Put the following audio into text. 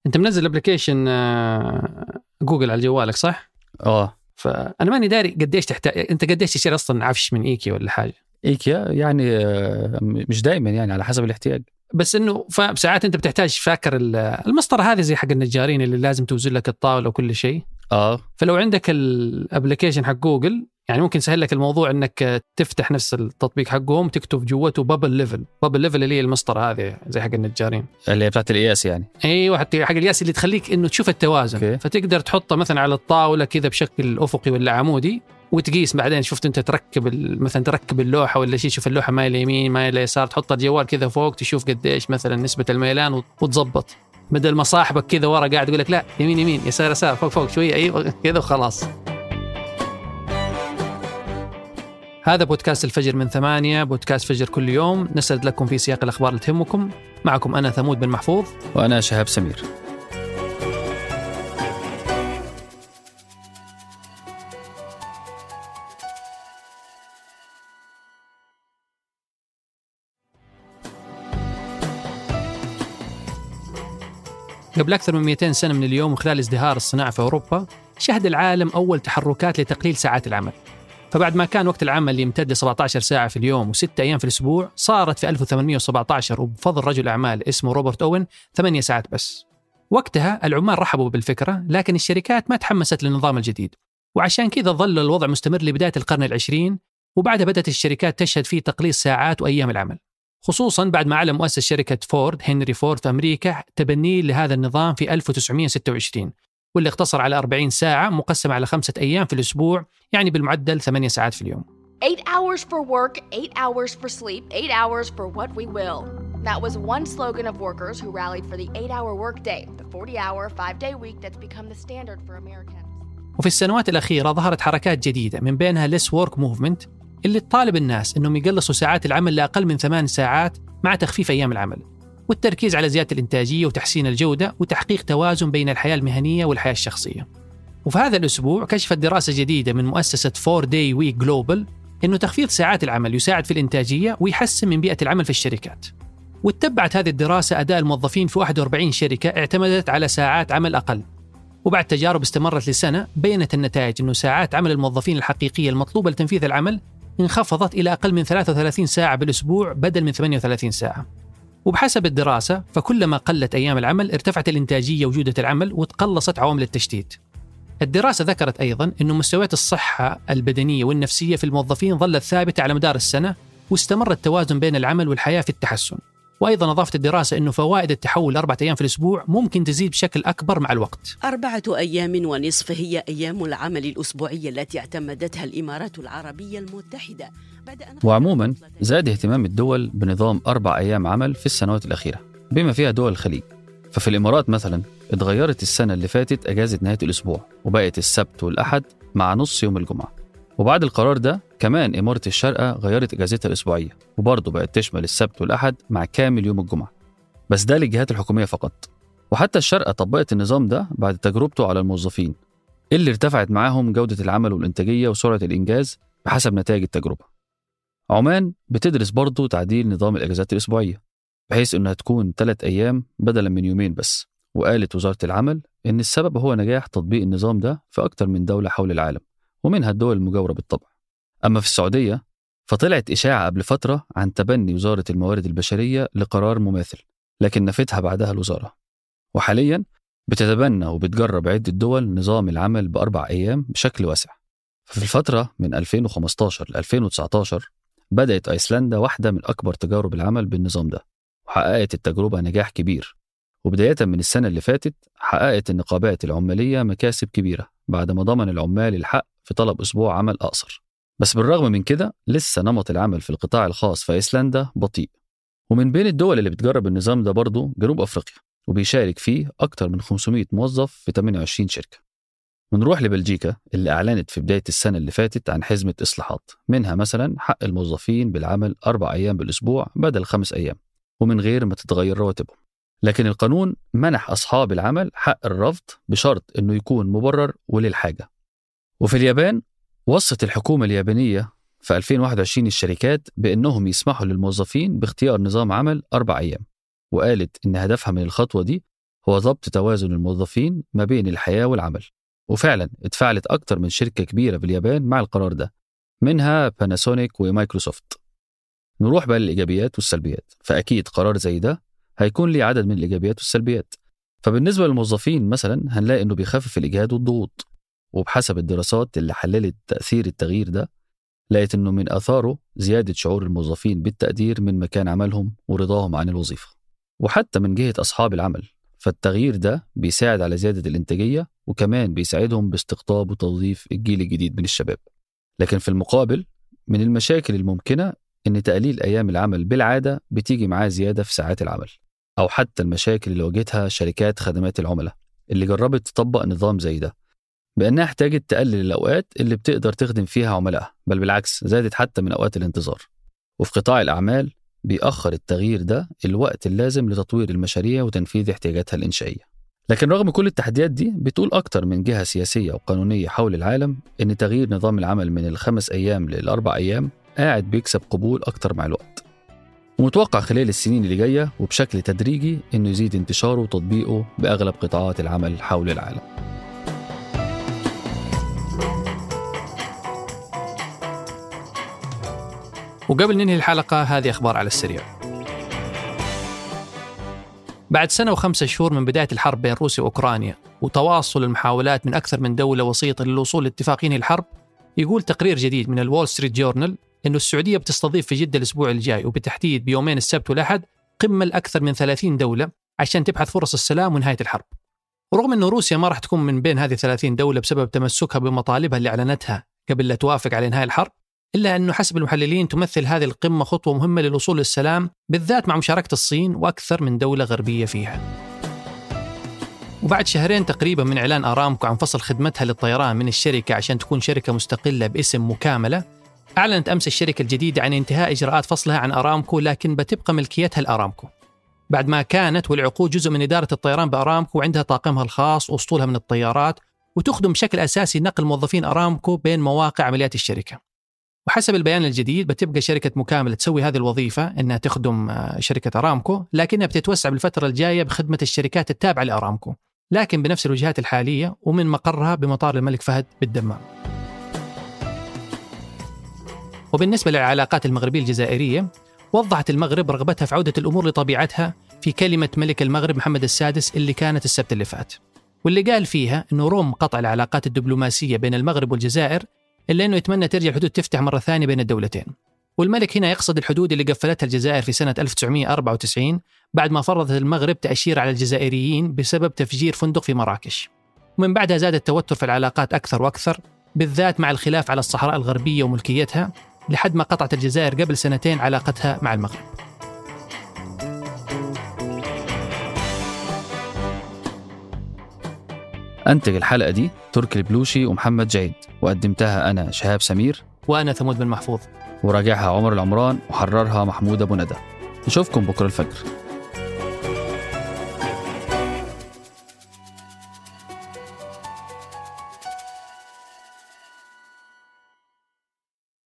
أنت منزل أبليكيشن جوجل على جوالك صح؟ فأنا ماني داري قديش تحتاج، أنت قديش تشتري أصلا عفش من إيكيا ولا حاجة؟ إيكيا يعني مش دائما، يعني على حسب الاحتياج. بس إنه ساعات أنت بتحتاج فاكر المسطرة هذه زي حق النجارين اللي لازم توزن لك الطاولة وكل شيء. فلو عندك الابليكيشن حق جوجل يعني ممكن يسهل لك الموضوع انك تفتح نفس التطبيق حقهم تكتب جوته بابل ليفل اللي هي المسطره هذه زي حق النجارين اللي هي بتاعت القياس يعني. ايوه حتى حق القياس اللي تخليك انه تشوف التوازن. فتقدر تحطه مثلا على الطاوله كذا بشكل افقي ولا عمودي وتقيس بعدين. شفت انت مثلا تركب اللوحه ولا شيء، شوف اللوحه مايله يمين مايله يسار، تحط الجوال كذا فوق تشوف قديش مثلا نسبه الميلان وتضبط، بدل ما صاحبك كذا ورا قاعد يقول لك لا يمين يسار فوق شويه ايوه كذا وخلاص. هذا بودكاست الفجر من 8، بودكاست فجر كل يوم نسرد لكم في سياق الأخبار اللي تهمكم. معكم أنا ثمود بن محفوظ وأنا شهاب سمير. قبل أكثر من 200 سنة من اليوم وخلال ازدهار الصناعة في أوروبا شهد العالم أول تحركات لتقليل ساعات العمل. فبعد ما كان وقت العمل يمتد ل 17 ساعة في اليوم و6 أيام في الأسبوع، صارت في 1817 وبفضل رجل أعمال اسمه روبرت أوين 8 ساعات بس. وقتها العمال رحبوا بالفكرة، لكن الشركات ما تحمست للنظام الجديد، وعشان كذا ظل الوضع مستمر لبداية القرن العشرين، وبعدها بدأت الشركات تشهد فيه تقليص ساعات وأيام العمل، خصوصاً بعد ما أعلن مؤسس شركة فورد هنري فورد في أمريكا تبنيه لهذا النظام في 1926، واللي اقتصر على 40 ساعة مقسمة على 5 أيام في الأسبوع، يعني بالمعدل 8 ساعات في اليوم. 8 hours for work, 8 hours for sleep, 8 hours for what we will. That was one slogan of workers who rallied for the 8-hour workday, the 40-hour, 5-day week that's become the standard for Americans. وفي السنوات الأخيرة ظهرت حركات جديدة من بينها Less Work Movement اللي تطالب الناس أنهم يقلصوا ساعات العمل لأقل من 8 ساعات مع تخفيف أيام العمل، والتركيز على زيادة الإنتاجية وتحسين الجودة وتحقيق توازن بين الحياة المهنية والحياة الشخصية. وفي هذا الأسبوع كشفت دراسة جديدة من مؤسسة 4-Day Week Global أنه تخفيض ساعات العمل يساعد في الإنتاجية ويحسن من بيئة العمل في الشركات. واتبعت هذه الدراسة أداء الموظفين في 41 شركة اعتمدت على ساعات عمل أقل، وبعد تجارب استمرت لسنة بينت النتائج أنه ساعات عمل الموظفين الحقيقية المطلوبة لتنفيذ العمل انخفضت إلى أقل من 33 ساعة بالأسبوع بدل من 38 ساعة. وبحسب الدراسة فكلما قلت أيام العمل ارتفعت الإنتاجية وجودة العمل وتقلصت عوامل التشتيت. الدراسة ذكرت أيضاً أن مستويات الصحة البدنية والنفسية في الموظفين ظلت ثابتة على مدار السنة، واستمر التوازن بين العمل والحياة في التحسن. وأيضاً أضافت الدراسة أنه فوائد التحول 4 أيام في الأسبوع ممكن تزيد بشكل أكبر مع الوقت. 4 أيام ونصف هي أيام العمل الأسبوعية التي اعتمدتها الإمارات العربية المتحدة. وعموماً زاد اهتمام الدول بنظام 4 أيام عمل في السنوات الأخيرة بما فيها دول الخليج. ففي الإمارات مثلاً اتغيرت السنة اللي فاتت أجازة نهاية الأسبوع وبقت السبت والأحد مع نص يوم الجمعة. وبعد القرار ده كمان إمارة الشارقة غيرت أجازتها الأسبوعية وبرضه بقت تشمل السبت والأحد مع كامل يوم الجمعة، بس ده للجهات الحكومية فقط. وحتى الشارقة طبقت النظام ده بعد تجربته على الموظفين اللي ارتفعت معاهم جودة العمل والإنتاجية وسرعة الإنجاز بحسب نتائج التجربة. عمان بتدرس برضه تعديل نظام الأجازات الأسبوعية بحيث أنها تكون 3 أيام بدلاً من 2 بس، وقالت وزارة العمل إن السبب هو نجاح تطبيق النظام ده في أكتر من دولة حول العالم ومنها الدول المجاورة بالطبع. أما في السعودية فطلعت إشاعة قبل فترة عن تبني وزارة الموارد البشرية لقرار مماثل، لكن نفتها بعدها الوزارة، وحالياً بتتبنى وبتجرب عدة دول نظام العمل ب4 أيام بشكل واسع. ففي الفترة من 2015 ل 2019 بدأت أيسلندا واحدة من أكبر تجارب العمل بالنظام ده، وحققت التجربة نجاح كبير. وبداية من السنة اللي فاتت حققت النقابات العمالية مكاسب كبيرة بعد ما ضمن العمال الحق في طلب أسبوع عمل أقصر. بس بالرغم من كده لسه نمط العمل في القطاع الخاص في أيسلندا بطيء. ومن بين الدول اللي بتجرب النظام ده برضو جنوب أفريقيا، وبيشارك فيه أكتر من 500 موظف في 28 شركة. ونروح لبلجيكا اللي أعلنت في بداية السنة اللي فاتت عن حزمة إصلاحات، منها مثلا حق الموظفين بالعمل 4 أيام بالأسبوع بدل 5 أيام ومن غير ما تتغير رواتبهم. لكن القانون منح أصحاب العمل حق الرفض بشرط أنه يكون مبرر وللحاجة. وفي اليابان وصت الحكومة اليابانية في 2021 الشركات بأنهم يسمحوا للموظفين باختيار نظام عمل 4 أيام، وقالت إن هدفها من الخطوة دي هو ضبط توازن الموظفين ما بين الحياة والعمل. وفعلا اتفعلت أكتر من شركة كبيرة باليابان مع القرار ده، منها باناسونيك ومايكروسوفت. نروح بقى للإيجابيات والسلبيات. فأكيد قرار زي ده هيكون ليه عدد من الإيجابيات والسلبيات. فبالنسبة للموظفين مثلا هنلاقي إنه بيخفف الإجهاد والضغوط، وبحسب الدراسات اللي حللت تأثير التغيير ده لقيت إنه من آثاره زيادة شعور الموظفين بالتقدير من مكان عملهم ورضاهم عن الوظيفة، وحتى من جهة أصحاب العمل. فالتغيير ده بيساعد على زيادة الإنتاجية، وكمان بيساعدهم باستقطاب وتوظيف الجيل الجديد من الشباب. لكن في المقابل من المشاكل الممكنة إن تقليل أيام العمل بالعادة بتيجي معاه زيادة في ساعات العمل، أو حتى المشاكل اللي واجهتها شركات خدمات العملاء اللي جربت تطبق نظام زي ده، بأنها احتاجت تقلل الأوقات اللي بتقدر تخدم فيها عملائها، بل بالعكس زادت حتى من أوقات الانتظار. وفي قطاع الأعمال بيأخر التغيير ده الوقت اللازم لتطوير المشاريع وتنفيذ احتياجاتها الإنشائية. لكن رغم كل التحديات دي بتقول أكتر من جهة سياسية وقانونية حول العالم إن تغيير نظام العمل من 5 أيام ل4 أيام قاعد بيكسب قبول أكتر مع الوقت، ومتوقع خلال السنين اللي جاية وبشكل تدريجي إنه يزيد انتشاره وتطبيقه بأغلب قطاعات العمل حول العالم. وقبل ننهي الحلقة هذه أخبار على السريع. بعد 1 و5 شهور من بداية الحرب بين روسيا وأوكرانيا وتواصل المحاولات من أكثر من دولة وسيطة للوصول لاتفاق ينهي الحرب، يقول تقرير جديد من الوول ستريت جورنال إنه السعودية بتستضيف في جدة الأسبوع الجاي، وبالتحديد بيومين السبت والأحد، قمة لأكثر من 30 دولة عشان تبحث فرص السلام ونهاية الحرب. ورغم أنه روسيا ما راح تكون من بين هذه 30 دولة بسبب تمسكها بمطالبها اللي أعلنتها قبل لا توافق على إنهاء الحرب، إلا أنه حسب المحللين تمثل هذه القمة خطوة مهمة للوصول للسلام، بالذات مع مشاركة الصين وأكثر من دولة غربية فيها. وبعد شهرين تقريبا من إعلان أرامكو عن فصل خدمتها للطيران من الشركة عشان تكون شركة مستقلة باسم مكاملة، أعلنت أمس الشركة الجديدة عن انتهاء إجراءات فصلها عن أرامكو، لكن بتبقى ملكيتها لأرامكو بعد ما كانت والعقود جزء من إدارة الطيران بأرامكو، وعندها طاقمها الخاص وأسطولها من الطيارات، وتخدم بشكل أساسي نقل موظفين أرامكو بين مواقع عمليات الشركة. وحسب البيان الجديد بتبقى شركة مكاملة تسوي هذه الوظيفة، إنها تخدم شركة أرامكو، لكنها بتتوسع بالفترة الجاية بخدمة الشركات التابعة لأرامكو، لكن بنفس الوجهات الحالية ومن مقرها بمطار الملك فهد بالدمام. وبالنسبة للعلاقات المغربية الجزائرية، وضحت المغرب رغبتها في عودة الأمور لطبيعتها في كلمة ملك المغرب محمد السادس اللي كانت السبت اللي فات، واللي قال فيها إنه رغم قطع العلاقات الدبلوماسية بين المغرب والجزائر إلا أنه يتمنى ترجع الحدود تفتح مرة ثانية بين الدولتين. والملك هنا يقصد الحدود اللي قفلتها الجزائر في سنة 1994 بعد ما فرضت المغرب تأشيرة على الجزائريين بسبب تفجير فندق في مراكش. ومن بعدها زاد التوتر في العلاقات أكثر وأكثر، بالذات مع الخلاف على الصحراء الغربية وملكيتها، لحد ما قطعت الجزائر قبل 2 علاقتها مع المغرب. أنتج الحلقة دي تركي البلوشي ومحمد جعيد، وقدمتها أنا شهاب سمير، وأنا ثمود بن محفوظ، وراجعها عمر العمران، وحررها محمود أبو ندى. نشوفكم بكرة الفجر.